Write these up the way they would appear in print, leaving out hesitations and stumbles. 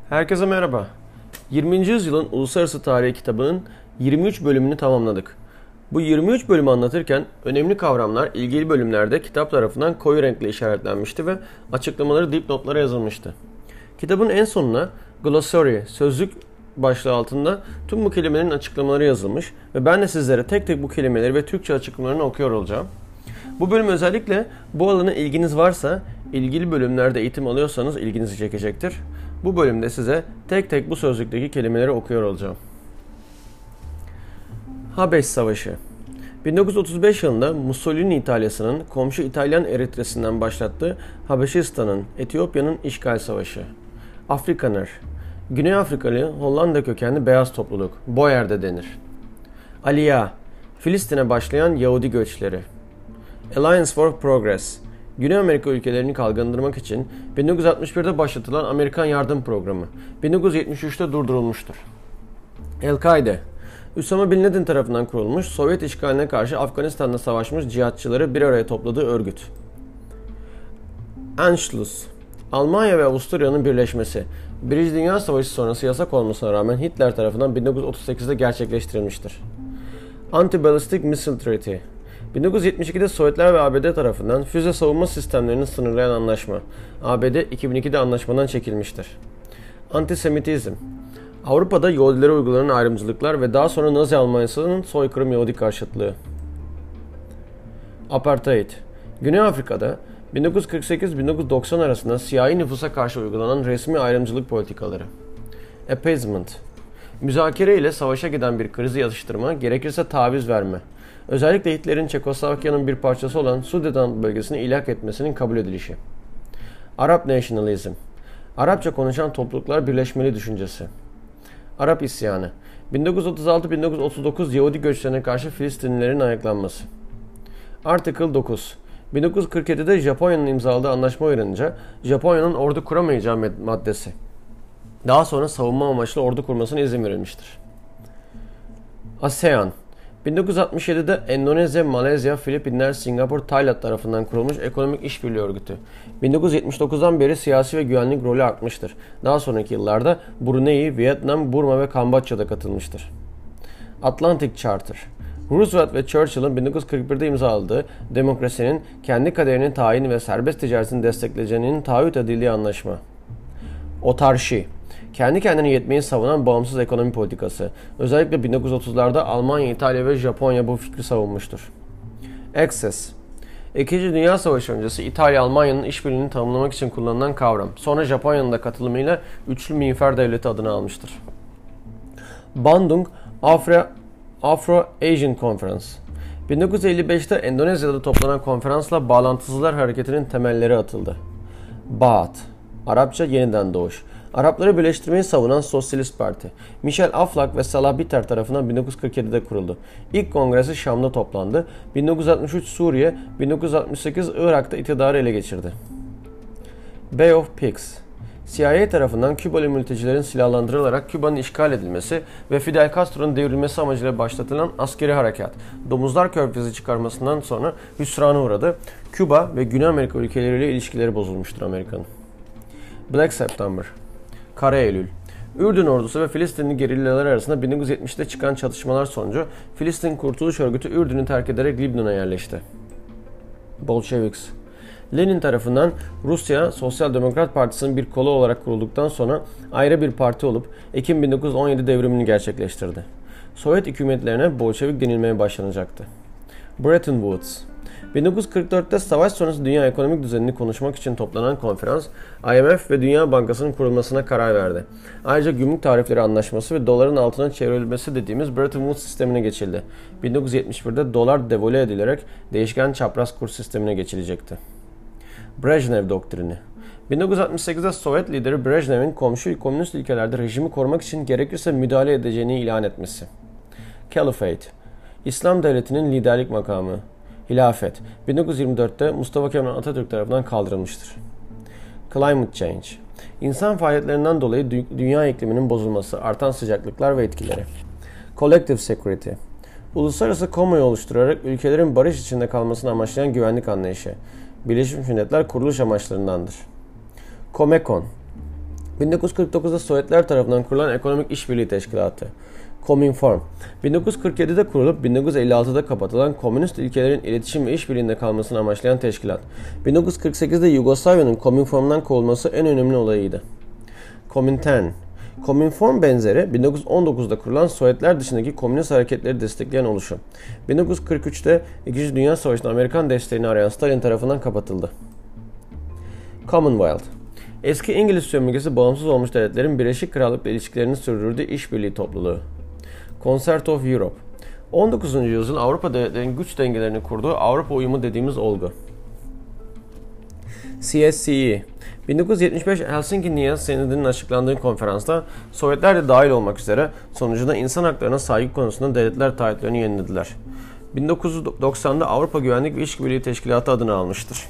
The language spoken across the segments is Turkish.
Herkese merhaba. 20. yüzyılın uluslararası tarihi kitabının 23 bölümünü tamamladık. Bu 23 bölümü anlatırken önemli kavramlar ilgili bölümlerde kitap tarafından koyu renkle işaretlenmişti ve açıklamaları dipnotlara yazılmıştı. Kitabın en sonuna glossary, sözlük başlığı altında tüm bu kelimelerin açıklamaları yazılmış ve ben de sizlere tek tek bu kelimeleri ve Türkçe açıklamalarını okuyor olacağım. Bu bölüm özellikle bu alana ilginiz varsa, ilgili bölümlerde eğitim alıyorsanız ilginizi çekecektir. Bu bölümde size tek tek bu sözlükteki kelimeleri okuyor olacağım. Habeş Savaşı 1935 yılında Mussolini İtalya'sının komşu İtalyan Eritre'sinden başlattığı Habeşistan'ın, Etiyopya'nın işgal savaşı. Afrikaner, Güney Afrikalı Hollanda kökenli beyaz topluluk, Boer de denir. Aliyah, Filistin'e başlayan Yahudi göçleri. Alliance for Progress, Güney Amerika ülkelerini kalkındırmak için 1961'de başlatılan Amerikan Yardım Programı 1973'te durdurulmuştur. El-Kaide, Üsame Bin Laden tarafından kurulmuş, Sovyet işgaline karşı Afganistan'da savaşmış cihatçıları bir araya topladığı örgüt. Anschluss, Almanya ve Avusturya'nın birleşmesi, Birinci Dünya Savaşı sonrası yasak olmasına rağmen Hitler tarafından 1938'de gerçekleştirilmiştir. Anti-Ballistic Missile Treaty, 1972'de Sovyetler ve ABD tarafından füze savunma sistemlerini sınırlayan anlaşma. ABD 2002'de anlaşmadan çekilmiştir. Antisemitizm, Avrupa'da Yahudilere uygulanan ayrımcılıklar ve daha sonra Nazi Almanyası'nın soykırım Yahudi karşıtlığı. Apartheid, Güney Afrika'da 1948-1990 arasında siyahi nüfusa karşı uygulanan resmi ayrımcılık politikaları. Appeasement, müzakere ile savaşa giden bir krizi yatıştırma, gerekirse taviz verme. Özellikle Hitler'in Çekoslovakya'nın bir parçası olan Sudetenland bölgesini ilhak etmesinin kabul edilişi. Arap Nationalism, Arapça konuşan topluluklar birleşmeli düşüncesi. Arap İsyanı, 1936-1939 Yahudi göçlerine karşı Filistinlilerin ayaklanması. Article 9, 1947'de Japonya'nın imzaladığı anlaşma uyarınca Japonya'nın ordu kuramayacağı maddesi. Daha sonra savunma amaçlı ordu kurmasına izin verilmiştir. ASEAN, 1967'de Endonezya, Malezya, Filipinler, Singapur, Tayland tarafından kurulmuş ekonomik işbirliği örgütü. 1979'dan beri siyasi ve güvenlik rolü artmıştır. Daha sonraki yıllarda Brunei, Vietnam, Burma ve Kamboçya'da katılmıştır. Atlantic Charter, Roosevelt ve Churchill'ın 1941'de imzaladığı demokrasinin kendi kaderini tayin ve serbest ticaretini destekleyeceğinin taahhüt edildiği anlaşma. Otarşi, kendi kendine yetmeyi savunan bağımsız ekonomi politikası. Özellikle 1930'larda Almanya, İtalya ve Japonya bu fikri savunmuştur. Axis, İkinci Dünya Savaşı öncesi İtalya-Almanya'nın işbirliğini tanımlamak için kullanılan kavram. Sonra Japonya'nın da katılımıyla Üçlü Miğfer Devleti adını almıştır. Bandung Afro-Asian Conference, 1955'te Endonezya'da toplanan konferansla Bağlantısızlar Hareketi'nin temelleri atıldı. Baath, Arapça yeniden doğuş, Arapları birleştirmeyi savunan Sosyalist Parti. Michel Aflaq ve Salah Bitar tarafından 1947'de kuruldu. İlk kongresi Şam'da toplandı. 1963 Suriye, 1968 Irak'ta iktidarı ele geçirdi. Bay of Pigs, CIA tarafından Kübalı mültecilerin silahlandırılarak Küba'nın işgal edilmesi ve Fidel Castro'nun devrilmesi amacıyla başlatılan askeri harekat, Domuzlar Körfezi çıkarmasından sonra hüsrana uğradı. Küba ve Güney Amerika ülkeleriyle ilişkileri bozulmuştur Amerika'nın. Black September, Kara Eylül, Ürdün ordusu ve Filistinli gerillalar arasında 1970'te çıkan çatışmalar sonucu Filistin Kurtuluş Örgütü Ürdün'ü terk ederek Lübnan'a yerleşti. Bolşeviks, Lenin tarafından Rusya Sosyal Demokrat Partisi'nin bir kolu olarak kurulduktan sonra ayrı bir parti olup Ekim 1917 devrimini gerçekleştirdi. Sovyet hükümetlerine Bolşevik denilmeye başlanacaktı. Bretton Woods, 1944'te savaş sonrası dünya ekonomik düzenini konuşmak için toplanan konferans, IMF ve Dünya Bankası'nın kurulmasına karar verdi. Ayrıca gümrük tarifleri anlaşması ve doların altına çevrilmesi dediğimiz Bretton Woods sistemine geçildi. 1971'de dolar devalüe edilerek değişken çapraz kur sistemine geçilecekti. Brejnev doktrini, 1968'de Sovyet lideri Brejnev'in komşu komünist ülkelerde rejimi korumak için gerekirse müdahale edeceğini ilan etmesi. Caliphate, İslam devletinin liderlik makamı. Hilafet, 1924'te Mustafa Kemal Atatürk tarafından kaldırılmıştır. Climate Change, İnsan faaliyetlerinden dolayı dünya ikliminin bozulması, artan sıcaklıklar ve etkileri. Collective Security, uluslararası kamuoyu oluşturarak ülkelerin barış içinde kalmasını amaçlayan güvenlik anlayışı. Birleşmiş Milletler kuruluş amaçlarındandır. Comecon, 1949'da Sovyetler tarafından kurulan Ekonomik İşbirliği Teşkilatı. Kominform. 1947'de kurulup 1956'da kapatılan komünist ülkelerin iletişim ve işbirliğinde kalmasını amaçlayan teşkilat. 1948'de Yugoslavya'nın Kominform'dan kovulması en önemli olayıydı. Komintern. Kominform benzeri 1919'da kurulan Sovyetler dışındaki komünist hareketleri destekleyen oluşum. 1943'te 2. Dünya Savaşı'nda Amerikan desteğini arayan Stalin tarafından kapatıldı. Commonwealth. Eski İngiliz sömürgesi bağımsız olmuş devletlerin Birleşik Krallık'la ilişkilerini sürdürdüğü işbirliği topluluğu. Concert of Europe. 19. yüzyıl Avrupa devletlerinin güç dengelerini kurduğu Avrupa uyumu dediğimiz olgu. CSCE. 1975 Helsinki Niyaz Senedi'nin açıklandığı konferansta Sovyetler de dahil olmak üzere sonucunda insan haklarına saygı konusunda devletler taahhütlerini yenilediler. 1990'da Avrupa Güvenlik ve İşbirliği Teşkilatı adını almıştır.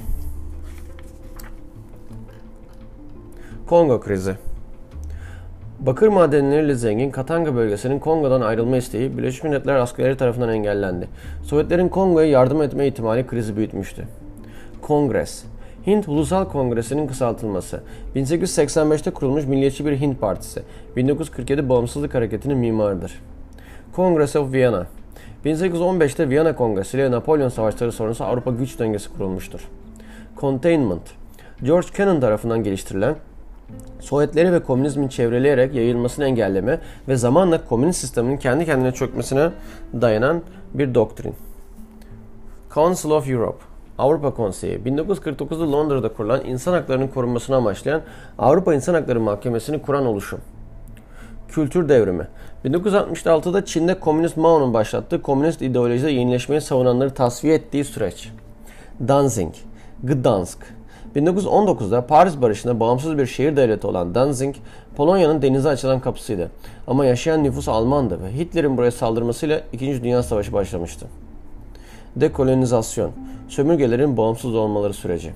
Kongo krizi. Bakır madenleriyle zengin Katanga bölgesinin Kongo'dan ayrılma isteği Birleşmiş Milletler askerleri tarafından engellendi. Sovyetlerin Kongo'ya yardım etme ihtimali krizi büyütmüştü. Kongres. Hint Ulusal Kongresi'nin kısaltılması. 1885'te kurulmuş milliyetçi bir Hint partisi. 1947 Bağımsızlık Hareketi'nin mimarıdır. Congress of Vienna. 1815'te Viyana Kongresi ile Napolyon Savaşları sonrası Avrupa güç dengesi kurulmuştur. Containment. George Kennan tarafından geliştirilen, Sovyetleri ve komünizmin çevreleyerek yayılmasını engelleme ve zamanla komünist sistemin kendi kendine çökmesine dayanan bir doktrin. Council of Europe. Avrupa Konseyi, 1949'da Londra'da kurulan insan haklarının korunmasını amaçlayan Avrupa İnsan Hakları Mahkemesi'ni kuran oluşum. Kültür devrimi. 1966'da Çin'de Komünist Mao'nun başlattığı komünist ideolojide yenileşmeyi savunanları tasfiye ettiği süreç. Danzig, Gdansk. 1919'da Paris Barışı'nda bağımsız bir şehir devleti olan Danzig, Polonya'nın denize açılan kapısıydı. Ama yaşayan nüfus Almandı ve Hitler'in buraya saldırmasıyla 2. Dünya Savaşı başlamıştı. Dekolonizasyon, sömürgelerin bağımsız olmaları süreci.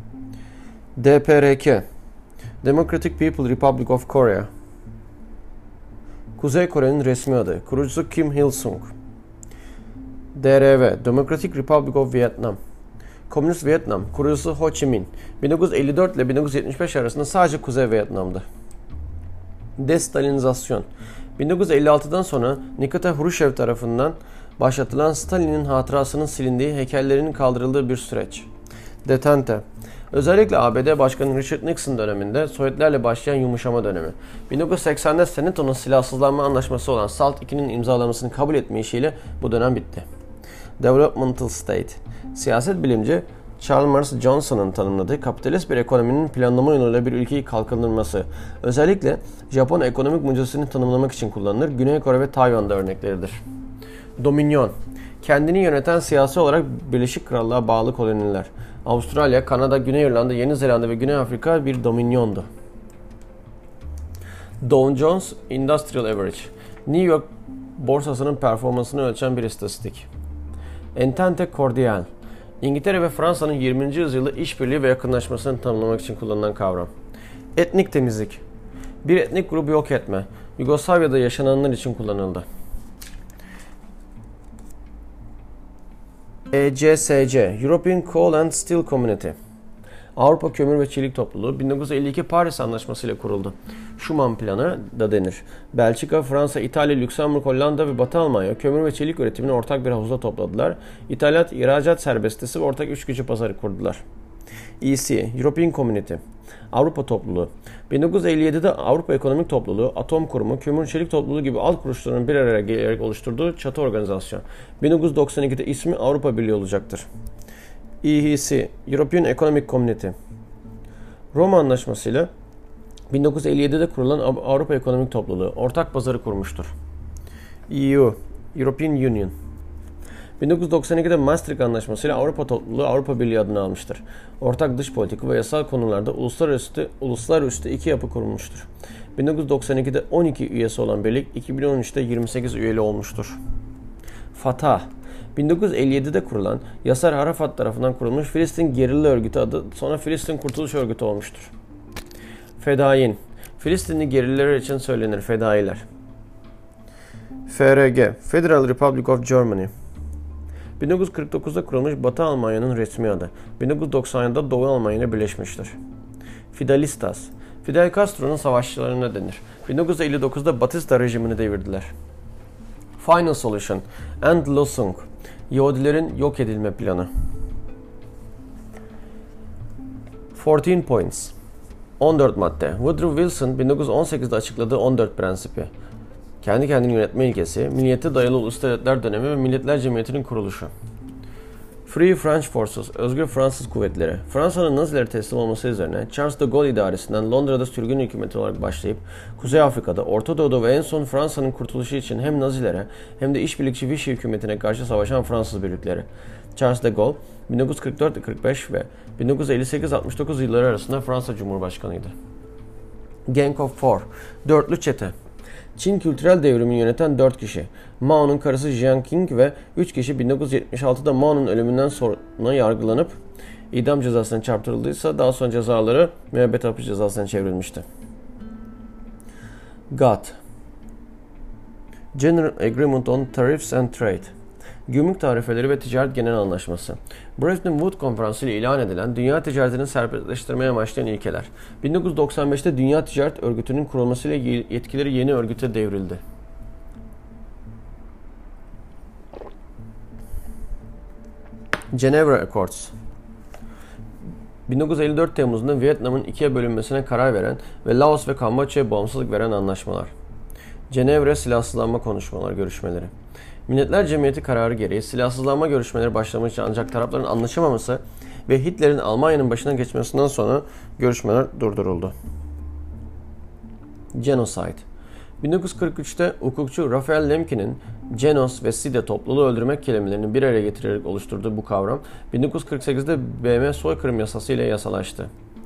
DPRK, Democratic People's Republic of Korea. Kuzey Kore'nin resmi adı, kurucusu Kim Il-sung. DRV, Democratic Republic of Vietnam. Komünist Vietnam, kurucusu Ho Chi Minh. 1954 ile 1975 arasında sadece Kuzey Vietnam'dı. Destalinizasyon, 1956'dan sonra Nikita Khrushchev tarafından başlatılan Stalin'in hatırasının silindiği, heykellerinin kaldırıldığı bir süreç. Detente, özellikle ABD Başkanı Richard Nixon döneminde Sovyetlerle başlayan yumuşama dönemi. 1980'de Senato'nun silahsızlanma anlaşması olan SALT II'nin imzalamasını kabul etme işiyle bu dönem bitti. Developmental State, siyaset bilimci Chalmers Johnson'ın tanımladığı kapitalist bir ekonominin planlama yoluyla bir ülkeyi kalkındırması, özellikle Japon ekonomik mucizesini tanımlamak için kullanılır. Güney Kore ve Tayvan'da örnekleridir. Dominion, kendini yöneten siyasi olarak Birleşik Krallığa bağlı koloniler. Avustralya, Kanada, Güney İrlanda, Yeni Zelanda ve Güney Afrika bir dominyondu. Dow Jones Industrial Average, New York borsasının performansını ölçen bir istatistik. Entente Cordiale, İngiltere ve Fransa'nın 20. yüzyılda işbirliği ve yakınlaşmasını tanımlamak için kullanılan kavram. Etnik temizlik, bir etnik grubu yok etme, Yugoslavya'da yaşananlar için kullanıldı. ECSC, European Coal and Steel Community. Avrupa Kömür ve Çelik Topluluğu 1952 Paris Anlaşması ile kuruldu. Schuman Planı da denir. Belçika, Fransa, İtalya, Lüksemburg, Hollanda ve Batı Almanya kömür ve çelik üretimini ortak bir havuzda topladılar. İthalat, ihracat serbestisi ve ortak üç gücü pazarı kurdular. EC, European Community. Avrupa Topluluğu. 1957'de Avrupa Ekonomik Topluluğu, Atom Kurumu, Kömür Çelik Topluluğu gibi alt kuruluşların bir araya gelerek oluşturduğu çatı organizasyon. 1992'de ismi Avrupa Birliği olacaktır. EEC, European Economic Community. Roma Anlaşması ile 1957'de kurulan Avrupa Ekonomik Topluluğu ortak pazarı kurmuştur. EU, European Union. 1992'de Maastricht Anlaşması ile Avrupa Topluluğu Avrupa Birliği adını almıştır. Ortak dış politika ve yasal konularda uluslararası iki yapı kurulmuştur. 1992'de 12 üyesi olan birlik 2013'te 28 üyeli olmuştur. Fatah, 1957'de kurulan Yasser Arafat tarafından kurulmuş Filistin Gerilla Örgütü adı sonra Filistin Kurtuluş Örgütü olmuştur. Fedaiyin, Filistinli gerillalar için söylenir fedailer. FRG, Federal Republic of Germany. 1949'da kurulmuş Batı Almanya'nın resmi adı. 1990'da Doğu Almanya ile birleşmiştir. Fidelistas, Fidel Castro'nun savaşçılarına denir. 1959'da Batista rejimini devirdiler. Final Solution, Endlösung, Yahudilerin yok edilme planı. 14 Points, 14 madde. Woodrow Wilson 1918'de açıkladığı 14 prensibi. Kendi kendini yönetme ilkesi, milliyete dayalı ulus devletler dönemi ve Milletler Cemiyeti'nin kuruluşu. Free French Forces, Özgür Fransız Kuvvetleri, Fransa'nın Nazilere teslim olması üzerine Charles de Gaulle idaresinden Londra'da sürgün hükümeti olarak başlayıp Kuzey Afrika'da, Orta Doğu'da ve en son Fransa'nın kurtuluşu için hem Nazilere hem de işbirlikçi Vichy hükümetine karşı savaşan Fransız birlikleri. Charles de Gaulle 1944-45 ve 1958-69 yılları arasında Fransa Cumhurbaşkanıydı. Gang of Four, dörtlü çete. Çin kültürel devrimini yöneten 4 kişi. Mao'nun karısı Jiang Qing ve 3 kişi 1976'da Mao'nun ölümünden sonra yargılanıp idam cezasına çarptırıldıysa daha sonra cezaları müebbet hapis cezasına çevrilmişti. GATT, General Agreement on Tariffs and Trade, Gümrük Tarifeleri ve Ticaret Genel Anlaşması. Bretton Woods Konferansı ile ilan edilen dünya ticaretini serbestleştirmeye amaçlayan ilkeler. 1995'te Dünya Ticaret Örgütü'nün kurulmasıyla yetkileri yeni örgüte devrildi. Cenevre Accords, 1954 Temmuz'unda Vietnam'ın ikiye bölünmesine karar veren ve Laos ve Kamboçya'ya bağımsızlık veren anlaşmalar. Cenevre Silahsızlanma Konuşmaları Görüşmeleri. Milletler Cemiyeti kararı gereği silahsızlanma görüşmeleri başlamak için ancak tarafların anlaşamaması ve Hitler'in Almanya'nın başına geçmesinden sonra görüşmeler durduruldu. Genocide, 1943'te hukukçu Raphael Lemkin'in genos ve side topluluğu öldürmek kelimelerini bir araya getirerek oluşturduğu bu kavram 1948'de BM soykırım yasası ile yasalaştı.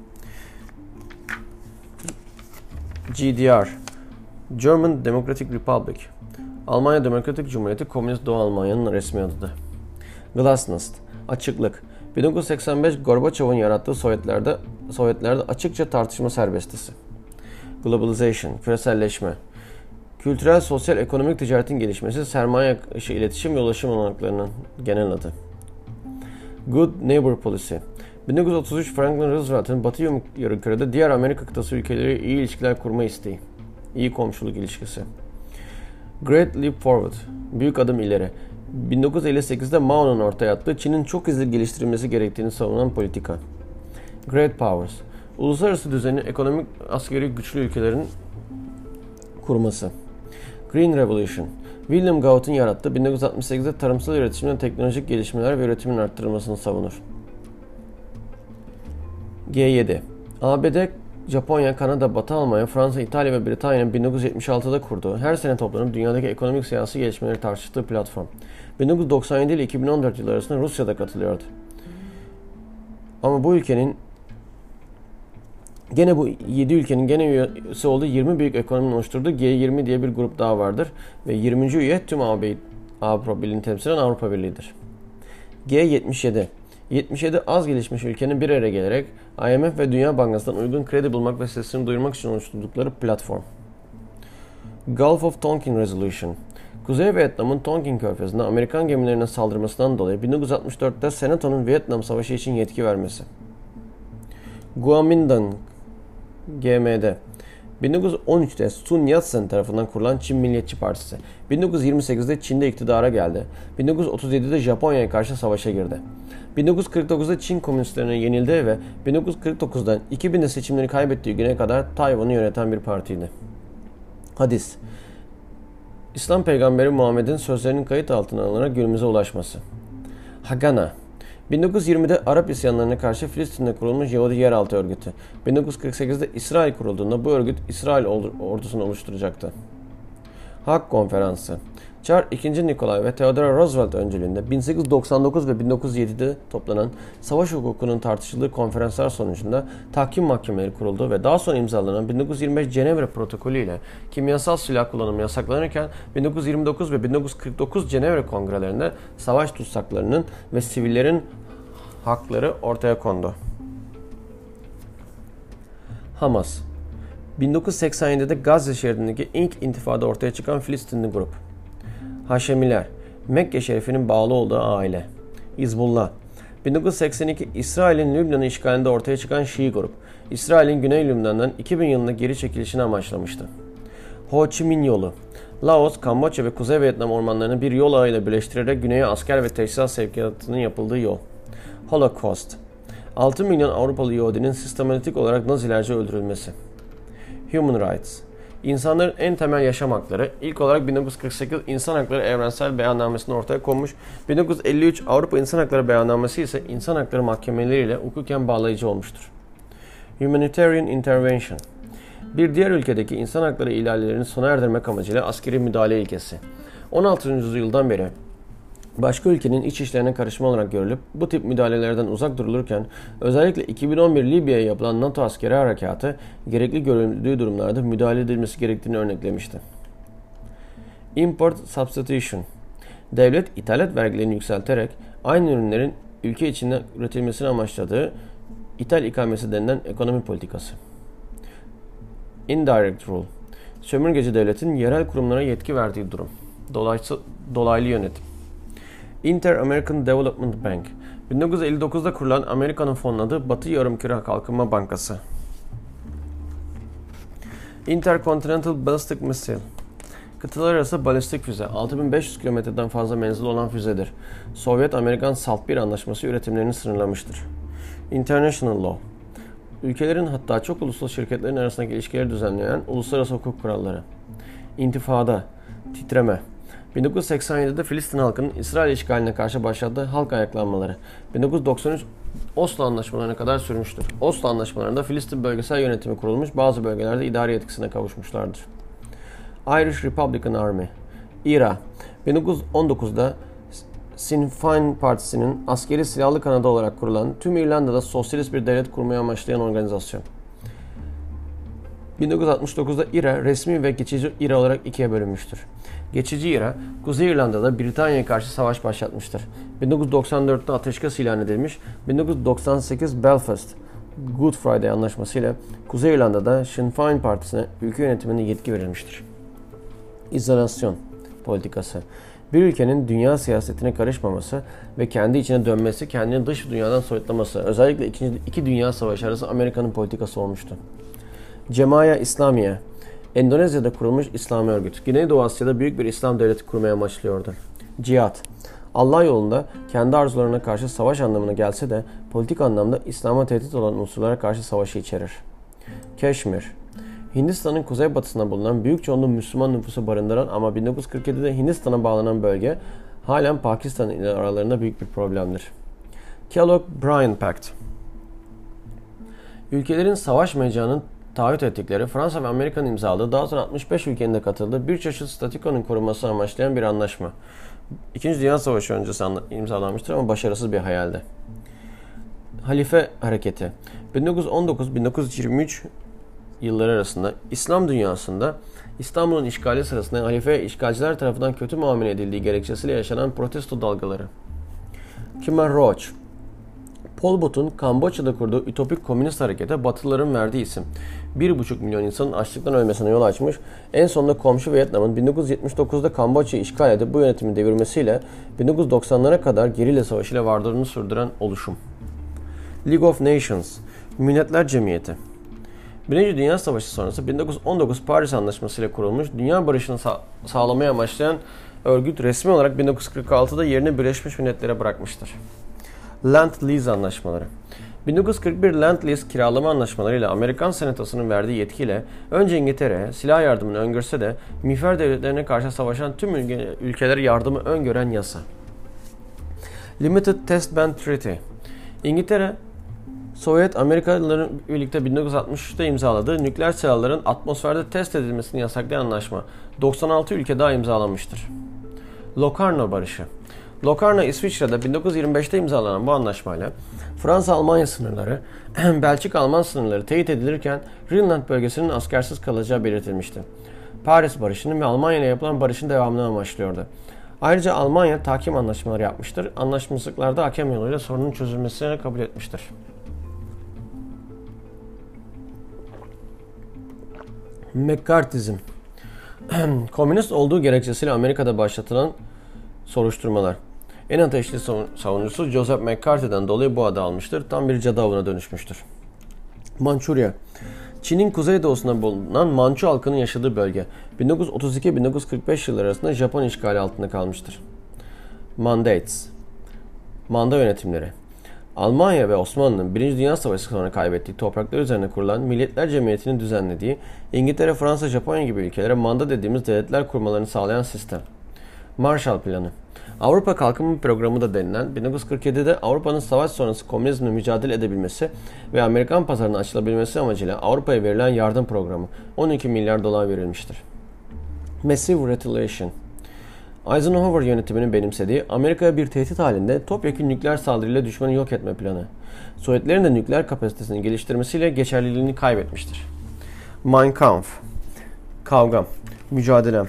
GDR, German Democratic Republic, Almanya Demokratik Cumhuriyeti Komünist Doğu Almanya'nın resmi adıdır. Glasnost, açıklık. 1985 Gorbaçov'un yarattığı Sovyetlerde açıkça tartışma serbestisi. Globalization, küreselleşme. Kültürel, sosyal, ekonomik ticaretin gelişmesi, sermaye akışı, iletişim ve ulaşım olanaklarının genel adı. Good Neighbor Policy. 1933 Franklin Roosevelt'in Batı Yarımküre'de diğer Amerika kıtası ülkeleriyle iyi ilişkiler kurma isteği. İyi komşuluk ilişkisi. Great Leap Forward, büyük adım ileri. 1958'de Mao'nun ortaya attığı Çin'in çok hızlı geliştirilmesi gerektiğini savunan politika. Great Powers, uluslararası düzeni ekonomik askeri güçlü ülkelerin kurması. Green Revolution, William Gaut'un yarattığı 1968'de tarımsal üretimde teknolojik gelişmeler ve üretimin arttırılmasını savunur. G7, ABD, Japonya, Kanada, Batı Almanya, Fransa, İtalya ve Britanya'nın 1976'da kurduğu, her sene toplanıp dünyadaki ekonomik siyasi gelişmeleri tartıştığı platform. 1997 ile 2014 yılları arasında Rusya'da katılıyordu. Ama bu 7 ülkenin gene üyesi olduğu 20 büyük ekonominin oluşturduğu G20 diye bir grup daha vardır ve 20. üye tüm Avrupa Birliği'ni temsil eden Avrupa Birliği'dir. G77, 77 az gelişmiş ülkenin bir araya gelerek IMF ve Dünya Bankası'ndan uygun kredi bulmak ve sesini duyurmak için oluşturdukları platform. Gulf of Tonkin Resolution, Kuzey Vietnam'ın Tonkin Körfezi'nde Amerikan gemilerine saldırmasından dolayı 1964'te Senato'nun Vietnam Savaşı için yetki vermesi. Guomindang, GMD, 1913'te Sun Yat-sen tarafından kurulan Çin Milliyetçi Partisi. 1928'de Çin'de iktidara geldi. 1937'de Japonya'ya karşı savaşa girdi. 1949'da Çin komünistlerine yenildi ve 1949'dan 2000'de seçimleri kaybettiği güne kadar Tayvan'ı yöneten bir partiydi. Hadis, İslam peygamberi Muhammed'in sözlerinin kayıt altına alınarak günümüze ulaşması. Hagana, 1920'de Arap isyanlarına karşı Filistin'de kurulmuş Yahudi yeraltı örgütü. 1948'de İsrail kurulduğunda bu örgüt İsrail ordusunu oluşturacaktı. Haag Konferansı, Çar II. Nikolay ve Theodore Roosevelt öncülüğünde 1899 ve 1907'de toplanan savaş hukukunun tartışıldığı konferanslar sonucunda tahkim mahkemeleri kuruldu ve daha sonra imzalanan 1925 Cenevre Protokolü ile kimyasal silah kullanımı yasaklanırken 1929 ve 1949 Cenevre kongrelerinde savaş tutsaklarının ve sivillerin hakları ortaya kondu. Hamas, 1987'de Gazze şeridindeki ilk intifada ortaya çıkan Filistinli grup. Haşemiler, Mekke Şerifi'nin bağlı olduğu aile. Hizbullah, 1982 İsrail'in Lübnan'ı işgalinde ortaya çıkan Şii grup, İsrail'in Güney Lübnan'dan 2000 yılında geri çekilişini amaçlamıştı. Ho Chi Minh Yolu, Laos, Kamboçya ve Kuzey Vietnam ormanlarını bir yol ağıyla birleştirerek güneye asker ve teçhizat sevkiyatının yapıldığı yol. Holocaust, 6 milyon Avrupalı Yahudinin sistematik olarak Nazilerce öldürülmesi. Human Rights, İnsanların en temel yaşam hakları, ilk olarak 1948 İnsan Hakları Evrensel Beyannamesi'nde ortaya konmuş, 1953 Avrupa İnsan Hakları Beyannamesi ise insan hakları mahkemeleriyle hukuken bağlayıcı olmuştur. Humanitarian Intervention, bir diğer ülkedeki insan hakları ihlallerini sona erdirmek amacıyla askeri müdahale ilkesi. 16. yüzyıldan beri başka ülkenin iç işlerine karışma olarak görülüp bu tip müdahalelerden uzak durulurken özellikle 2011 Libya'ya yapılan NATO askeri harekatı gerekli görüldüğü durumlarda müdahale edilmesi gerektiğini örneklemişti. Import Substitution, devlet ithalat vergilerini yükselterek aynı ürünlerin ülke içinde üretilmesini amaçladığı ithal ikamesi denilen ekonomi politikası. Indirect Rule, sömürgeci devletin yerel kurumlara yetki verdiği durum. Dolaylı yönetim. Inter-American Development Bank, 1959'da kurulan Amerika'nın fonladığı Batı Yarımküre Kalkınma Bankası. Intercontinental Ballistic Missile, kıtalar arası balistik füze, 6500 kilometreden fazla menzili olan füzedir. Sovyet-Amerikan SALT 1 anlaşması üretimlerini sınırlamıştır. International Law, ülkelerin hatta çok uluslu şirketlerin arasındaki ilişkileri düzenleyen uluslararası hukuk kuralları. İntifada, titreme, 1987'de Filistin halkının İsrail işgaline karşı başlattığı halk ayaklanmaları 1993 Oslo Anlaşmalarına kadar sürmüştür. Oslo Anlaşmalarında Filistin bölgesel yönetimi kurulmuş, bazı bölgelerde idari yetkisine kavuşmuşlardır. Irish Republican Army, IRA, 1919'da Sinn Féin Partisi'nin askeri silahlı kanadı olarak kurulan, tüm İrlanda'da sosyalist bir devlet kurmaya amaçlayan organizasyon. 1969'da IRA resmi ve geçici IRA olarak ikiye bölünmüştür. Geçici IRA, Kuzey İrlanda'da Britanya'ya karşı savaş başlatmıştır. 1994'te ateşkes ilan edilmiş, 1998 Belfast Good Friday Anlaşması ile Kuzey İrlanda'da Sinn Féin Partisi'ne ülke yönetimine yetki verilmiştir. İzolasyon politikası, bir ülkenin dünya siyasetine karışmaması ve kendi içine dönmesi, kendini dış dünyadan soyutlaması, özellikle iki Dünya Savaşı arası Amerika'nın politikası olmuştu. Cemaya İslamiye, Endonezya'da kurulmuş İslami örgüt, Güneydoğu Asya'da büyük bir İslam devleti kurmaya amaçlıyordu. Cihat, Allah yolunda kendi arzularına karşı savaş anlamına gelse de politik anlamda İslam'a tehdit olan unsurlara karşı savaşı içerir. Keşmir, Hindistan'ın kuzeybatısında bulunan büyük çoğunluğu Müslüman nüfusu barındıran ama 1947'de Hindistan'a bağlanan bölge halen Pakistan ile aralarında büyük bir problemdir. Kellogg-Briand Pact, ülkelerin savaşmayacağının taahhüt ettikleri, Fransa ve Amerika'nın imzaladığı, daha sonra 65 ülkenin de katıldığı bir çeşit statükonun korunmasını amaçlayan bir anlaşma. İkinci Dünya Savaşı öncesi imzalanmıştır ama başarısız bir hayaldi. Halife Hareketi, 1919-1923 yılları arasında İslam dünyasında İstanbul'un işgali sırasında halife işgalciler tarafından kötü muamele edildiği gerekçesiyle yaşanan protesto dalgaları. Khmer Rouge, Pol Pot'un Kamboçya'da kurduğu ütopik komünist harekete Batılıların verdiği isim. 1,5 milyon insanın açlıktan ölmesine yol açmış, en sonunda komşu Vietnam'ın 1979'da Kamboçya'yı işgal edip bu yönetimi devirmesiyle 1990'lara kadar gerilla savaşıyla varlığını sürdüren oluşum. League of Nations, Milletler Cemiyeti. Birinci Dünya Savaşı sonrası 1919 Paris Anlaşması ile kurulmuş, dünya barışını sağlamaya amaçlayan örgüt resmi olarak 1946'da yerini Birleşmiş Milletler'e bırakmıştır. Land-Lease anlaşmaları. 1941 Land-Lease kiralama anlaşmaları ile Amerikan Senatosu'nun verdiği yetkiyle önce İngiltere'ye silah yardımını öngörse de miğfer devletlerine karşı savaşan tüm ülkelere yardımı öngören yasa. Limited Test Ban Treaty. İngiltere, Sovyet Amerikalıların birlikte 1963'te imzaladığı nükleer silahların atmosferde test edilmesini yasaklayan anlaşma 96 ülke daha imzalamıştır. Locarno Barışı. Locarno, İsviçre'de 1925'te imzalanan bu anlaşmayla Fransa-Almanya sınırları, Belçika-Alman sınırları teyit edilirken Rhineland bölgesinin askersiz kalacağı belirtilmişti. Paris Barışı'nın ve Almanya ile yapılan barışın devamını amaçlıyordu. Ayrıca Almanya tahkim anlaşmaları yapmıştır. Anlaşmazlıklarda hakem yoluyla sorunun çözülmesini kabul etmiştir. McCarthyizm. Komünist olduğu gerekçesiyle Amerika'da başlatılan soruşturmalar. En ateşli savunucusu Joseph McCarthy'den dolayı bu adı almıştır. Tam bir cadı avına dönüşmüştür. Mançurya. Çin'in kuzeydoğusunda bulunan Mançu halkının yaşadığı bölge 1932-1945 yılları arasında Japon işgali altında kalmıştır. Mandates. Manda yönetimleri. Almanya ve Osmanlı'nın 1. Dünya Savaşı sonra kaybettiği topraklar üzerine kurulan Milletler Cemiyeti'nin düzenlediği İngiltere, Fransa, Japonya gibi ülkelere manda dediğimiz devletler kurmalarını sağlayan sistem. Marshall Planı. Avrupa Kalkınma Programı da denilen 1947'de Avrupa'nın savaş sonrası komünizmle mücadele edebilmesi ve Amerikan pazarına açılabilmesi amacıyla Avrupa'ya verilen yardım programı 12 milyar dolar verilmiştir. Massive Retaliation. Eisenhower yönetiminin benimsediği Amerika'ya bir tehdit halinde topyekün nükleer saldırıyla düşmanı yok etme planı, Sovyetlerin de nükleer kapasitesini geliştirmesiyle geçerliliğini kaybetmiştir. Mein Kampf. Kavgam, mücadelem.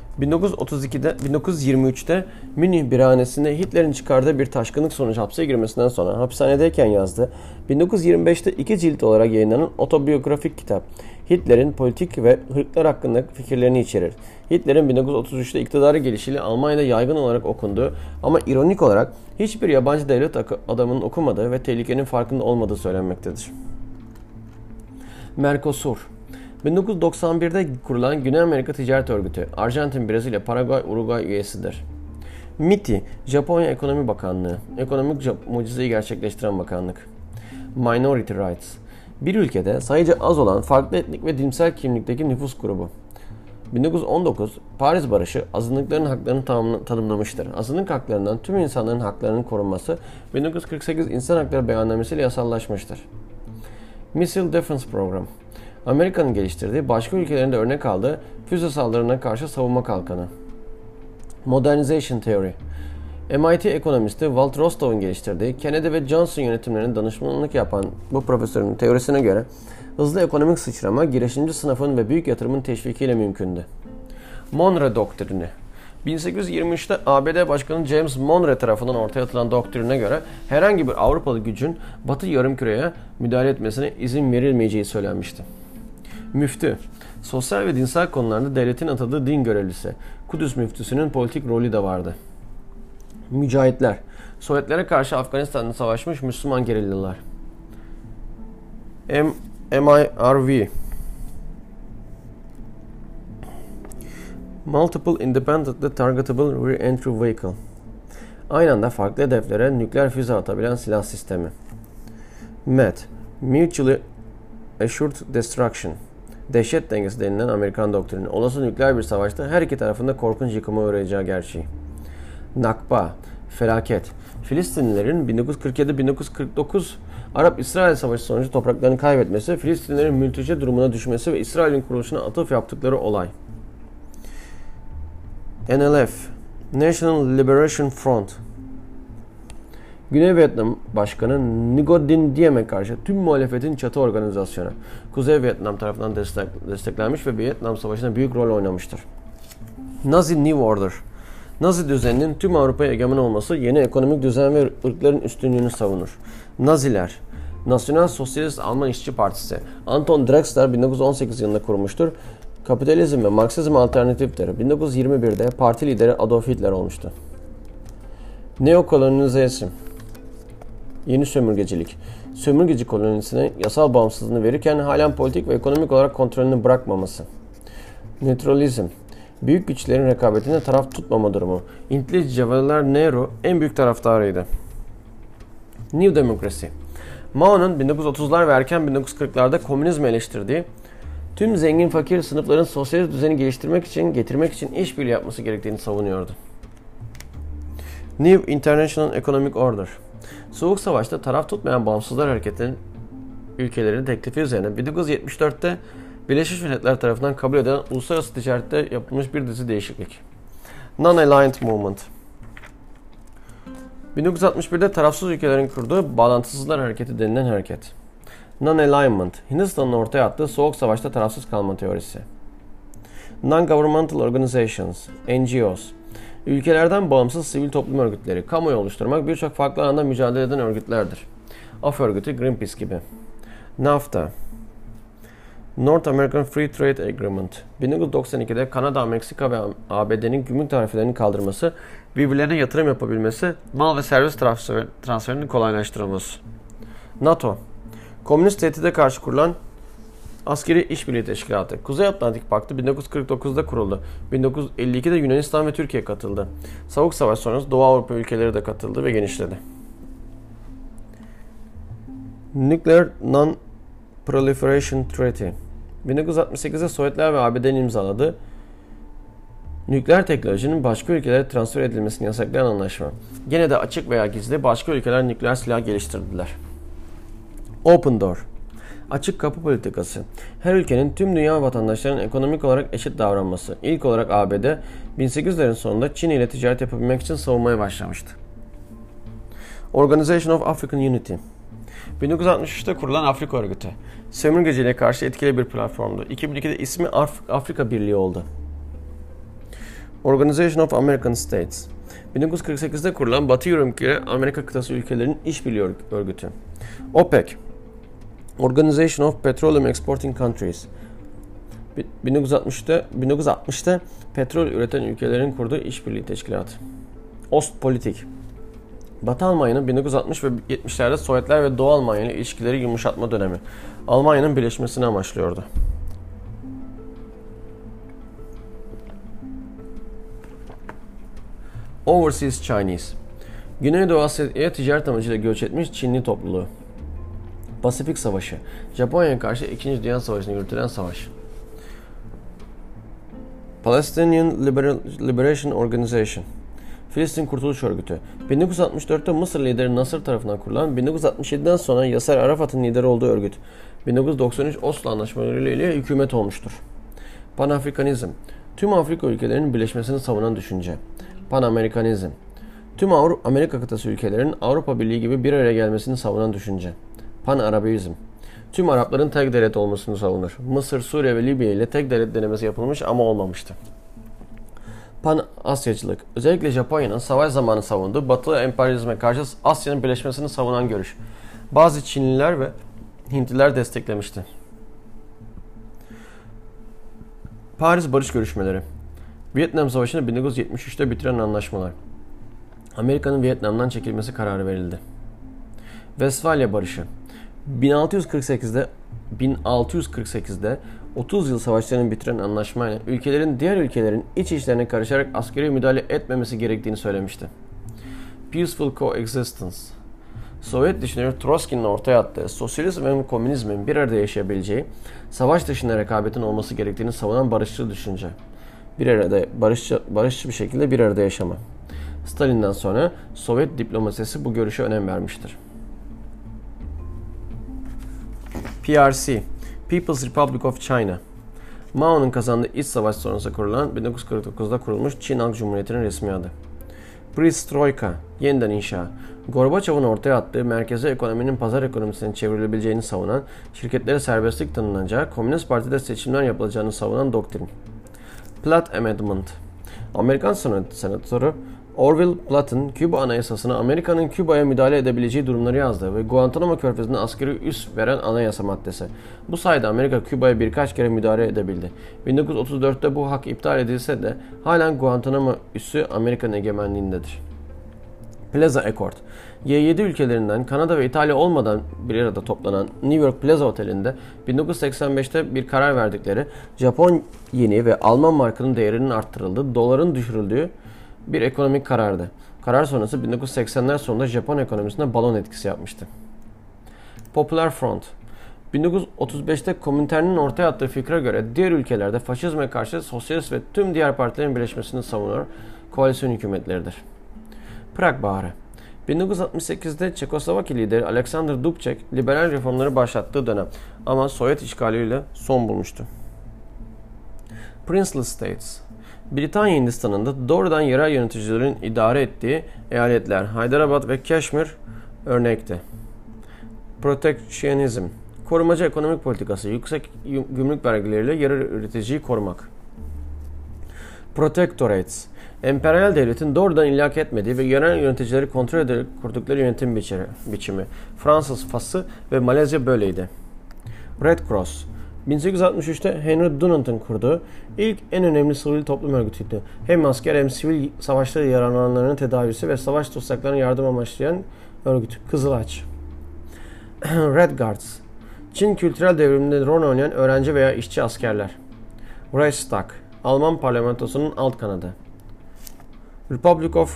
1923'te Münih birhanesinde Hitler'in çıkardığı bir taşkınlık sonucu hapse girmesinden sonra hapishanedeyken yazdı. 1925'te 2 cilt olarak yayınlanan otobiyografik kitap Hitler'in politik ve ırklar hakkındaki fikirlerini içerir. Hitler'in 1933'te iktidara gelişiyle Almanya'da yaygın olarak okunduğu ama ironik olarak hiçbir yabancı devlet adamının okumadığı ve tehlikenin farkında olmadığı söylenmektedir. Mercosur. 1991'de kurulan Güney Amerika Ticaret Örgütü, Arjantin, Brezilya, Paraguay, Uruguay üyesidir. MITI, Japonya Ekonomi Bakanlığı, ekonomik mucizeyi gerçekleştiren bakanlık. Minority Rights, bir ülkede sayıca az olan farklı etnik ve dinsel kimlikteki nüfus grubu. 1919 Paris Barışı azınlıkların haklarını tanımlamıştır. Azınlık haklarından tüm insanların haklarının korunması 1948 İnsan Hakları Beyannamesi ile yasallaşmıştır. Missile Defense Program, Amerika'nın geliştirdiği, başka ülkelerin de örnek aldığı füze saldırılarına karşı savunma kalkanı. Modernization Theory, MIT ekonomisti Walter Rostov'un geliştirdiği, Kennedy ve Johnson yönetimlerinin danışmanlık yapan bu profesörün teorisine göre hızlı ekonomik sıçrama, girişimci sınıfın ve büyük yatırımın teşvikiyle mümkündü. Monroe Doktrini, 1823'te ABD Başkanı James Monroe tarafından ortaya atılan doktrine göre herhangi bir Avrupalı gücün Batı Yarımküre'ye müdahale etmesine izin verilmeyeceği söylenmişti. Müftü, sosyal ve dinsel konularda devletin atadığı din görevlisi. Kudüs müftüsünün politik rolü de vardı. Mücahitler, Sovyetlere karşı Afganistan'da savaşmış Müslüman gerillalar. MIRV, Multiple Independently Targetable Re-Entry Vehicle, aynı anda farklı hedeflere nükleer füze atabilen silah sistemi. MET, Mutually Assured Destruction, dehşet dengesi denilen Amerikan doktrini, olası nükleer bir savaşta her iki tarafında korkunç yıkıma uğrayacağı gerçeği. Nakba, felaket, Filistinlilerin 1947-1949 Arap-İsrail Savaşı sonucu topraklarını kaybetmesi, Filistinlilerin mülteci durumuna düşmesi ve İsrail'in kuruluşuna atıf yaptıkları olay. NLF, National Liberation Front, Güney Vietnam Başkanı Ngo Dinh Diem'e karşı tüm muhalefetin çatı organizasyonu, Kuzey Vietnam tarafından desteklenmiş ve Vietnam Savaşı'nda büyük rol oynamıştır. Nazi New Order, Nazi düzeninin tüm Avrupa'ya egemen olması yeni ekonomik düzen ve ırkların üstünlüğünü savunur. Naziler, Nasyonal Sosyalist Alman İşçi Partisi, Anton Drexler 1918 yılında kurmuştur. Kapitalizm ve Marksizm alternatiftir. 1921'de parti lideri Adolf Hitler olmuştu. Neokolonizasyon, yeni sömürgecilik, sömürgeci kolonisine yasal bağımsızlığını verirken halen politik ve ekonomik olarak kontrolünü bırakmaması. Neutralizm, büyük güçlerin rekabetinde taraf tutmama durumu. İntilici Cevahirlal Nehru en büyük taraftarıydı. New Democracy, Mao'nun 1930'lar ve erken 1940'larda komünizmi eleştirdiği, tüm zengin fakir sınıfların sosyalist düzeni getirmek için işbirliği yapması gerektiğini savunuyordu. New International Economic Order, Soğuk Savaş'ta taraf tutmayan bağımsızlar hareketinin ülkelerinin teklifi üzerine 1974'te Birleşmiş Milletler tarafından kabul edilen uluslararası ticarette yapılmış bir dizi değişiklik. Non-Aligned Movement, 1961'de tarafsız ülkelerin kurduğu Bağlantısızlar Hareketi denilen hareket. Non-Alignment, Hindistan'ın ortaya attığı Soğuk Savaş'ta tarafsız kalma teorisi. Non-Governmental Organizations, NGOs, ülkelerden bağımsız sivil toplum örgütleri, kamuoyu oluşturmak birçok farklı alanda mücadele eden örgütlerdir. Af örgütü, Greenpeace gibi. NAFTA, North American Free Trade Agreement. 1992'de Kanada, Meksika ve ABD'nin gümrük tarifelerinin kaldırması, birbirlerine yatırım yapabilmesi, mal ve servis transferinin kolaylaştırılması. NATO. Komünist tehdide karşı kurulan askeri işbirliği teşkilatı. Kuzey Atlantik Paktı 1949'da kuruldu. 1952'de Yunanistan ve Türkiye katıldı. Soğuk Savaş sonrası Doğu Avrupa ülkeleri de katıldı ve genişledi. Nuclear Non-Proliferation Treaty. 1968'de Sovyetler ve ABD'nin imzaladığı nükleer teknolojinin başka ülkelere transfer edilmesini yasaklayan anlaşma. Gene de açık veya gizli başka ülkeler nükleer silah geliştirdiler. Open Door. Açık kapı politikası. Her ülkenin tüm dünya vatandaşlarının ekonomik olarak eşit davranması. İlk olarak ABD, 1800'lerin sonunda Çin ile ticaret yapabilmek için savunmaya başlamıştı. Organization of African Unity. 1963'te kurulan Afrika Örgütü. Sömürgeciliğe karşı etkili bir platformdu. 2002'de ismi Afrika Birliği oldu. Organization of American States. 1948'de kurulan Batı Ülkeleri Amerika kıtası ülkelerinin işbirliği örgütü. OPEC. Organization of Petroleum Exporting Countries. 1960'ta petrol üreten ülkelerin kurduğu işbirliği teşkilatı. Ostpolitik. Batı Almanya'nın 1960 ve 70'lerde Sovyetler ve Doğu Almanya ile ilişkileri yumuşatma dönemi. Almanya'nın birleşmesini amaçlıyordu. Overseas Chinese. Güneydoğu Asya'ya ticaret amacıyla göç etmiş Çinli topluluğu. Pasifik Savaşı. Japonya'ya karşı 2. Dünya Savaşı'nda yürütülen savaş. Palestinian Liberation Organization. Filistin Kurtuluş Örgütü. 1964'te Mısır lideri Nasır tarafından kurulan, 1967'den sonra Yasser Arafat'ın lideri olduğu örgüt. 1993 Oslo Anlaşmaları ile hükümet olmuştur. Panafrikanizm. Tüm Afrika ülkelerinin birleşmesini savunan düşünce. Panamerikanizm. Tüm Amerika kıtası ülkelerinin Avrupa Birliği gibi bir araya gelmesini savunan düşünce. Pan-Arabizm. Tüm Arapların tek devlet olmasını savunur. Mısır, Suriye ve Libya ile tek devlet denemesi yapılmış ama olmamıştı. Pan-Asyacılık. Özellikle Japonya'nın savaş zamanı savunduğu Batı emperyalizme karşı Asya'nın birleşmesini savunan görüş. Bazı Çinliler ve Hintliler desteklemişti. Paris Barış Görüşmeleri. Vietnam Savaşı'nı 1973'te bitiren anlaşmalar. Amerika'nın Vietnam'dan çekilmesi kararı verildi. Westfalia Barışı. 1648'de 30 yıl savaşlarını bitiren anlaşmayla ülkelerin diğer ülkelerin iç işlerine karışarak askeri müdahale etmemesi gerektiğini söylemişti. Peaceful Coexistence. Sovyet düşünür Trotsky'nin ortaya attığı sosyalizm ve komünizmin bir arada yaşayabileceği, savaş dışında rekabetin olması gerektiğini savunan barışçıl düşünce. Bir arada barışçı bir şekilde bir arada yaşama. Stalin'den sonra Sovyet diplomasisi bu görüşe önem vermiştir. PRC, People's Republic of China. Mao'nun kazandığı iç savaş sonrası kurulan 1949'da kurulmuş Çin Halk Cumhuriyeti'nin resmi adı. Perestroika, yeniden inşa. Gorbaçov'un ortaya attığı merkezi ekonominin pazar ekonomisine çevrilebileceğini savunan, şirketlere serbestlik tanınacağı, Komünist Parti'de seçimler yapılacağını savunan doktrin. Platt Amendment. Amerikan senatörü Orville Platt'ın Küba Anayasası'na Amerika'nın Küba'ya müdahale edebileceği durumları yazdı ve Guantanamo Körfezi'ne askeri üs veren anayasa maddesi. Bu sayede Amerika Küba'ya birkaç kere müdahale edebildi. 1934'te bu hak iptal edilse de halen Guantanamo üssü Amerika'nın egemenliğindedir. Plaza Accord. G7 ülkelerinden Kanada ve İtalya olmadan bir arada toplanan New York Plaza Oteli'nde 1985'te bir karar verdikleri Japon yeni ve Alman markanın değerinin arttırıldığı, doların düşürüldüğü bir ekonomik karardı. Karar sonrası 1980'ler sonunda Japon ekonomisine balon etkisi yapmıştı. Popular Front. 1935'te Komintern'in ortaya attığı fikre göre diğer ülkelerde faşizme karşı sosyalist ve tüm diğer partilerin birleşmesini savunan koalisyon hükümetleridir. Prag Baharı. 1968'de Çekoslovakya lideri Alexander Dubček liberal reformları başlattığı dönem ama Sovyet işgaliyle son bulmuştu. Princely States. Britanya Hindistan'ında doğrudan yerel yöneticilerin idare ettiği eyaletler Hyderabad ve Kashmir örnekti. Protectionism. Korumacı ekonomik politikası, yüksek gümrük vergileriyle yerel üreticiyi korumak. Protectorates. Emperyal devletin doğrudan ilhak etmediği ve yerel yöneticileri kontrol ederek kurdukları yönetim biçimi. Fransız Fas'ı ve Malezya böyleydi. Red Cross. 1863'te Henry Dunant'ın kurduğu ilk en önemli sivil toplum örgütüydü. Hem asker hem sivil savaşta yaralananların tedavisi ve savaş tutsaklarına yardım amaçlayan örgüt. Kızılaç. Red Guards. Çin kültürel devriminde rol oynayan öğrenci veya işçi askerler. Reichstag. Alman parlamentosunun alt kanadı. Republic of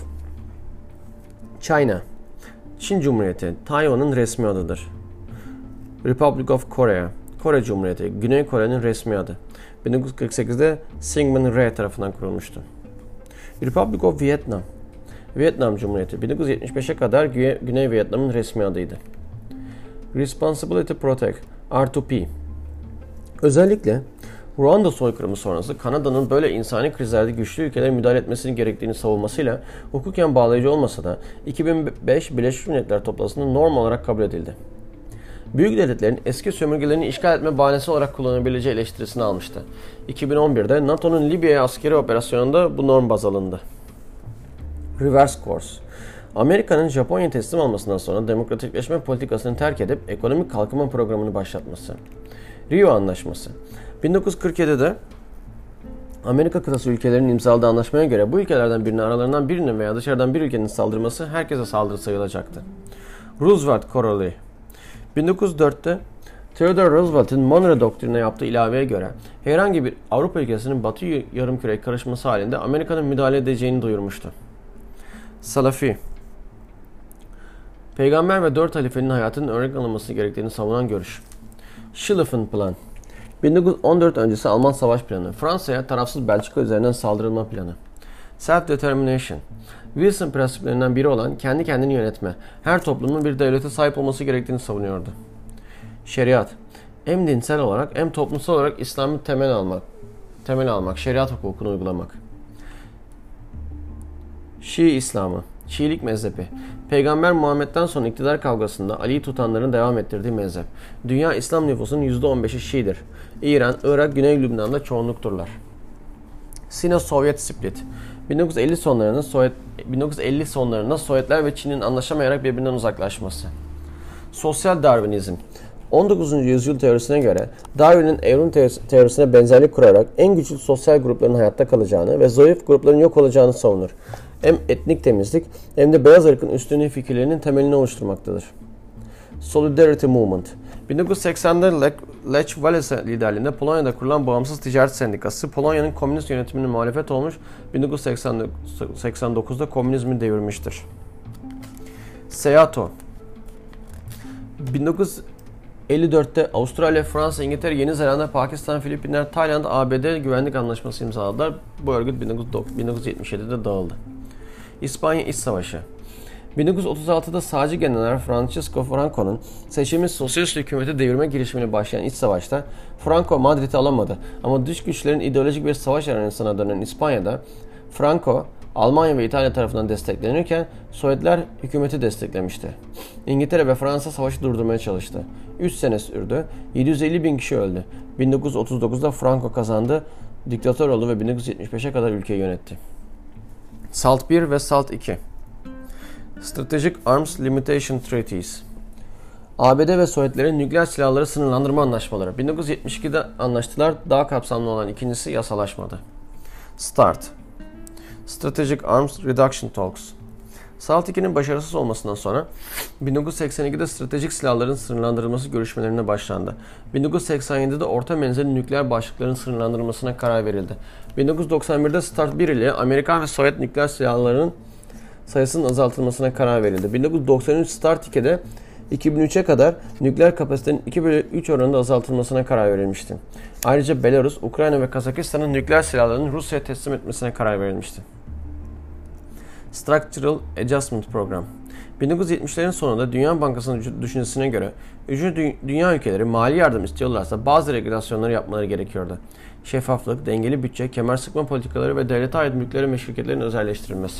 China. Çin Cumhuriyeti. Tayvan'ın resmi adıdır. Republic of Korea. Kore Cumhuriyeti. Güney Kore'nin resmi adı. 1948'de Syngman Rhee tarafından kurulmuştu. Republic of Vietnam. Vietnam Cumhuriyeti. 1975'e kadar Güney Vietnam'ın resmi adıydı. Responsibility Protect. R2P. Özellikle Ruanda soykırımı sonrası Kanada'nın böyle insani krizlerde güçlü ülkelere müdahale etmesini gerektiğini savunmasıyla hukuken bağlayıcı olmasa da 2005 Birleşmiş Milletler toplantısında norm olarak kabul edildi. Büyük devletlerin eski sömürgelerini işgal etme bahanesi olarak kullanabileceği eleştirisini almıştı. 2011'de NATO'nun Libya'ya askeri operasyonunda bu norm baz alındı. Reverse Course. Amerika'nın Japonya'yı teslim almasından sonra demokratikleşme politikasını terk edip ekonomik kalkınma programını başlatması. Rio Anlaşması. 1947'de Amerika kıtası ülkelerinin imzaladığı anlaşmaya göre bu ülkelerden birinin aralarından birinin veya dışarıdan bir ülkenin saldırması herkese saldırı sayılacaktı. Roosevelt Corollary. 1904'te Theodore Roosevelt'in Monroe Doktrini'ne yaptığı ilaveye göre herhangi bir Avrupa ülkesinin Batı yarımküreye karışması halinde Amerika'nın müdahale edeceğini duyurmuştu. Salafi. Peygamber ve 4 halifenin hayatının örnek alınması gerektiğini savunan görüş. Schlieffen Plan. 1914 öncesi Alman savaş planı. Fransa'ya tarafsız Belçika üzerinden saldırılma planı. Self-determination. Wilson prensiplerinden biri olan kendi kendini yönetme, her toplumun bir devlete sahip olması gerektiğini savunuyordu. Şeriat. Hem dinsel olarak hem toplumsal olarak İslam'ı temel almak, şeriat hukukunu uygulamak. Şii İslamı. Şiilik mezhebi. Peygamber Muhammed'den sonra iktidar kavgasında Ali'yi tutanların devam ettirdiği mezhep. Dünya İslam nüfusunun %15'i Şii'dir. İran, Irak, Güney Lübnan'da çoğunlukturlar. Sino-Sovyet Split. 1950 sonlarında Sovyetler ve Çin'in anlaşamayarak birbirinden uzaklaşması. Sosyal Darwinizm. 19. yüzyıl teorisine göre Darwin'in evrim teorisine benzerlik kurarak en güçlü sosyal grupların hayatta kalacağını ve zayıf grupların yok olacağını savunur. Hem etnik temizlik hem de beyaz ırkın üstünlüğü fikirlerinin temelini oluşturmaktadır. Solidarity Movement. 1980'de Lech Walesa liderliğinde Polonya'da kurulan Bağımsız Ticaret Sendikası, Polonya'nın komünist yönetimine muhalefet olmuş, 1989'da komünizmi devirmiştir. SEATO. 1954'te Avustralya, Fransa, İngiltere, Yeni Zelanda, Pakistan, Filipinler, Tayland, ABD güvenlik anlaşması imzaladılar. Bu örgüt 1977'de dağıldı. İspanya İç Savaşı. 1936'da sağcı general Francisco Franco'nun seçilmiş sosyalist hükümeti devirme girişimine başlayan iç savaşta Franco Madrid'i alamadı ama dış güçlerin ideolojik bir savaş arenasına dönen İspanya'da Franco, Almanya ve İtalya tarafından desteklenirken Sovyetler hükümeti desteklemişti. İngiltere ve Fransa savaşı durdurmaya çalıştı. 3 sene sürdü, 750 bin kişi öldü. 1939'da Franco kazandı, diktatör oldu ve 1975'e kadar ülkeyi yönetti. SALT 1 ve SALT 2. Strategic Arms Limitation Treaties. ABD ve Sovyetlerin nükleer silahları sınırlandırma anlaşmaları. 1972'de anlaştılar, daha kapsamlı olan ikincisi yasalaşmadı. START. Strategic Arms Reduction Talks. SALT 2'nin başarısız olmasından sonra 1982'de stratejik silahların sınırlandırılması görüşmelerine başlandı. 1987'de orta menzilli nükleer başlıkların sınırlandırılmasına karar verildi. 1991'de START 1 ile Amerikan ve Sovyet nükleer silahlarının sayısının azaltılmasına karar verildi. 1993 START 2'de 2003'e kadar nükleer kapasitenin 2/3 oranında azaltılmasına karar verilmişti. Ayrıca Belarus, Ukrayna ve Kazakistan'ın nükleer silahlarını Rusya'ya teslim etmesine karar verilmişti. Structural Adjustment Program. 1970'lerin sonunda Dünya Bankası'nın düşüncesine göre dünya ülkeleri mali yardım istiyorlarsa bazı regülasyonları yapmaları gerekiyordu. Şeffaflık, dengeli bütçe, kemer sıkma politikaları ve devlete ait mülklerin ve şirketlerin özelleştirilmesi.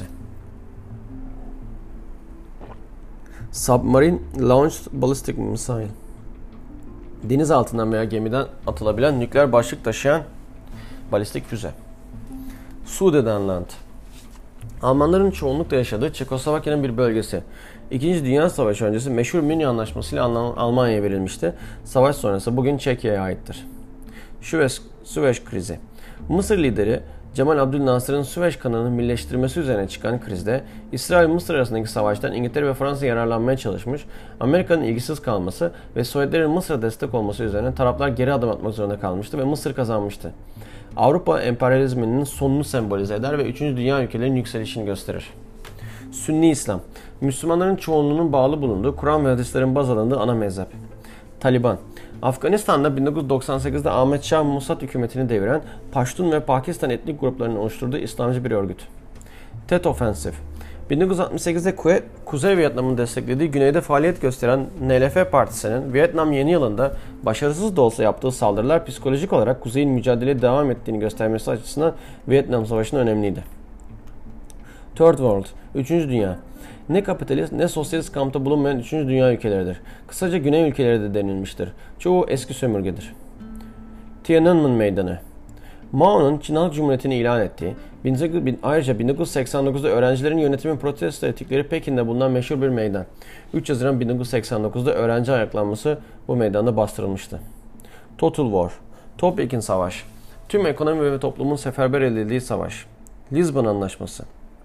Submarine Launched Ballistic Missile. Deniz altından veya gemiden atılabilen nükleer başlık taşıyan balistik füze. Sudetenland. Almanların çoğunlukla yaşadığı Çekoslovakya'nın bir bölgesi. İkinci Dünya Savaşı öncesi meşhur Münih Anlaşması ile Almanya'ya verilmişti. Savaş sonrası bugün Çekya'ya aittir. Süveyş krizi. Mısır lideri Cemal Abdülnasır'ın Süveyş kanalını millileştirmesi üzerine çıkan krizde İsrail Mısır arasındaki savaştan İngiltere ve Fransa yararlanmaya çalışmış, Amerika'nın ilgisiz kalması ve Sovyetlerin Mısır'a destek olması üzerine taraflar geri adım atmak zorunda kalmıştı ve Mısır kazanmıştı. Avrupa emperyalizminin sonunu sembolize eder ve 3. Dünya ülkelerinin yükselişini gösterir. Sünni İslam, Müslümanların çoğunluğunun bağlı bulunduğu Kur'an ve hadislerin baz alındığı ana mezhep. Taliban, Afganistan'da 1998'de Ahmet Şah Mossad hükümetini deviren Paştun ve Pakistan etnik gruplarının oluşturduğu İslamcı bir örgüt. Tet Offensive, 1968'de Kuzey Vietnam'ın desteklediği güneyde faaliyet gösteren NLF Partisi'nin Vietnam Yeni Yılı'nda başarısız da olsa yaptığı saldırılar psikolojik olarak Kuzey'in mücadeleye devam ettiğini göstermesi açısından Vietnam Savaşı'nın önemliydi. Third World, 3. Dünya. Ne kapitalist ne sosyalist kampta bulunmayan 3. Dünya ülkeleridir. Kısaca Güney ülkeleri de denilmiştir. Çoğu eski sömürgedir. Tiananmen Meydanı. Mao'nun Çin Halk Cumhuriyeti'ni ilan ettiği, ayrıca 1989'da öğrencilerin yönetimi protesto ettikleri Pekin'de bulunan meşhur bir meydan. 3 Haziran 1989'da öğrenci ayaklanması bu meydanda bastırılmıştı. Total War. Topyekin Savaş. Tüm ekonomi ve toplumun seferber edildiği savaş. Lizbon Anlaşması.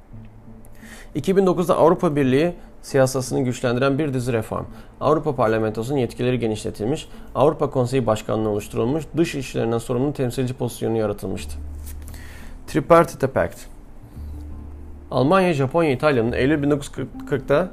2009'da Avrupa Birliği siyasasını güçlendiren bir dizi reform. Avrupa Parlamentosu'nun yetkileri genişletilmiş, Avrupa Konseyi Başkanlığı oluşturulmuş, dış işlerinden sorumlu temsilci pozisyonu yaratılmıştı. Tripartite Pact. Almanya, Japonya, İtalya'nın Eylül 1940'da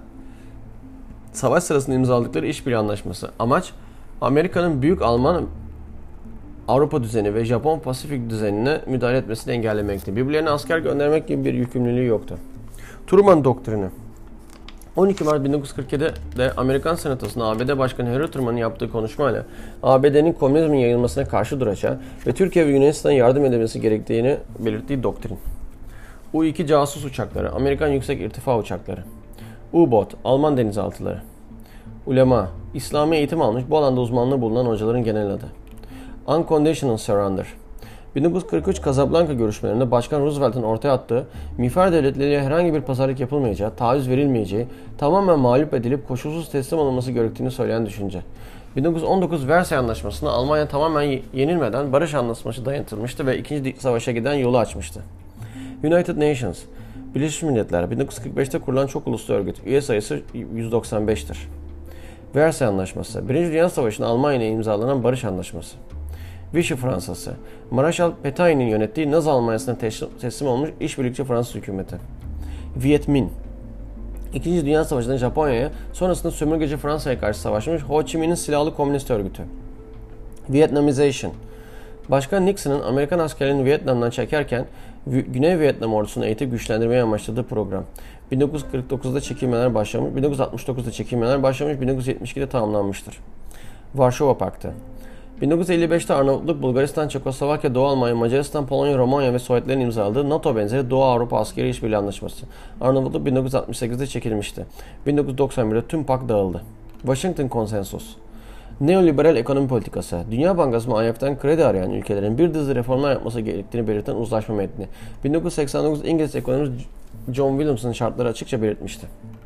savaş sırasında imzaladıkları işbirliği anlaşması. Amaç, Amerika'nın Büyük Alman Avrupa düzeni ve Japon Pasifik düzenine müdahale etmesini engellemekti. Birbirlerine asker göndermek gibi bir yükümlülüğü yoktu. Truman Doktrini. 12 Mart 1947'de Amerikan Senatosu'nda ABD Başkanı Harry Truman'ın yaptığı konuşmayla ABD'nin komünizmin yayılmasına karşı duracağı ve Türkiye ve Yunanistan'a yardım edilmesi gerektiğini belirttiği doktrin. U-2 casus uçakları, Amerikan yüksek irtifa uçakları. U-Boat, Alman denizaltıları. Ulema, İslami eğitim almış, bu alanda uzmanlığı bulunan hocaların genel adı. Unconditional Surrender. 1943 Casablanca görüşmelerinde Başkan Roosevelt'in ortaya attığı, miğfer devletleriyle herhangi bir pazarlık yapılmayacağı, taviz verilmeyeceği, tamamen mağlup edilip koşulsuz teslim alınması gerektiğini söyleyen düşünce. 1919 Versay Anlaşması'nda Almanya tamamen yenilmeden barış anlaşması dayatılmıştı ve 2. Savaş'a giden yolu açmıştı. United Nations, Birleşmiş Milletler, 1945'te kurulan çok uluslu örgüt, üye sayısı 195'tir. Versay Anlaşması, 1. Dünya Savaşı'nda Almanya ile imzalanan barış anlaşması. Vichy Fransası, Marshal Pétain'in yönettiği Nazi Almanyası'na teslim olmuş işbirlikçi Fransız hükümeti. Viet Minh, 2. Dünya Savaşı'nda Japonya'ya, sonrasında sömürgeci Fransa'ya karşı savaşmış Ho Chi Minh'in silahlı komünist örgütü. Vietnamization, Başkan Nixon'ın Amerikan askerlerini Vietnam'dan çekerken Güney Vietnam ordusunu eğitip güçlendirmeye amaçladığı program. 1949'da çekilmeler başlamış, 1969'da çekilmeler başlamış, 1972'de tamamlanmıştır. Varşova Paktı. 1955'te Arnavutluk, Bulgaristan, Çekoslovakya, Doğu Almanya, Macaristan, Polonya, Romanya ve Sovyetlerin imzaladığı NATO benzeri Doğu Avrupa Askeri İşbirliği Anlaşması. Arnavutluk 1968'de çekilmişti. 1991'de tüm pak dağıldı. Washington Konsensus. Neoliberal ekonomi politikası. Dünya Bankası ve IMF'den kredi arayan ülkelerin bir dizi reformlar yapması gerektiğini belirten uzlaşma metni. 1989 İngiliz ekonomist John Williams'ın şartları açıkça belirtmişti.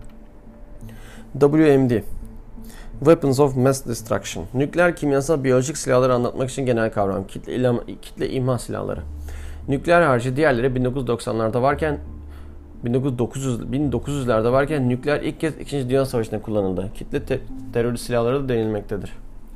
WMD. Weapons of Mass Destruction. Nükleer, kimyasal, biyolojik silahları anlatmak için genel kavram. Kitle imha silahları. Nükleer harici diğerleri 1990'larda varken 1900'lerde varken nükleer ilk kez 2. Dünya Savaşı'nda kullanıldı. Kitle terör silahları da denilmektedir.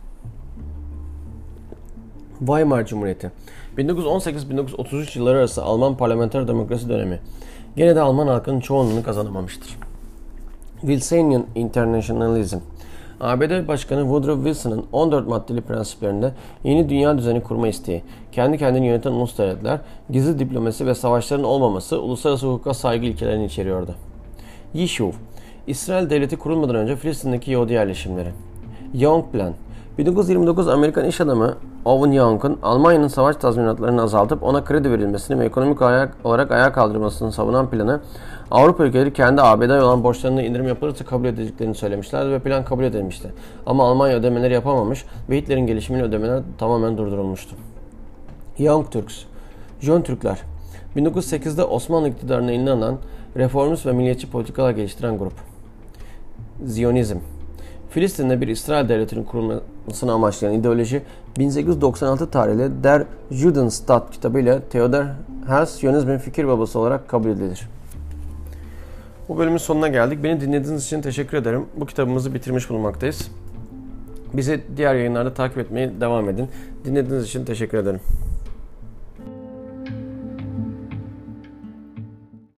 Weimar Cumhuriyeti. 1918-1933 yılları arası Alman parlamenter demokrasi dönemi. Gene de Alman halkının çoğunluğunu kazanamamıştır. Wilsonian Internationalism. ABD Başkanı Woodrow Wilson'ın 14 maddeli prensiplerinde yeni dünya düzeni kurma isteği, kendi kendini yöneten ulus devletler, gizli diplomasi ve savaşların olmaması uluslararası hukuka saygı ilkelerini içeriyordu. Yishuv, İsrail devleti kurulmadan önce Filistin'deki Yahudi yerleşimleri. Young Plan, 1929 Amerikan iş adamı Owen Young'un Almanya'nın savaş tazminatlarını azaltıp ona kredi verilmesini ve ekonomik olarak ayağa kaldırmasını savunan planı, Avrupa ülkeleri kendi ABD'ye olan borçlarına indirim yapılırsa kabul edeceklerini söylemişlerdi ve plan kabul edilmişti. Ama Almanya ödemeleri yapamamış ve Hitler'in gelişimiyle ödemeler tamamen durdurulmuştu. Young Turks, Jön Türkler, 1908'de Osmanlı iktidarına inanan, reformist ve milliyetçi politikalar geliştiren grup. Ziyonizm, Filistin'de bir İsrail devletinin amaçlayan ideoloji 1896 tarihli Der Judenstaat kitabıyla Theodor Herzl Siyonizmin fikir babası olarak kabul edilir. Bu bölümün sonuna geldik. Beni dinlediğiniz için teşekkür ederim. Bu kitabımızı bitirmiş bulunmaktayız. Bizi diğer yayınlarda takip etmeye devam edin. Dinlediğiniz için teşekkür ederim.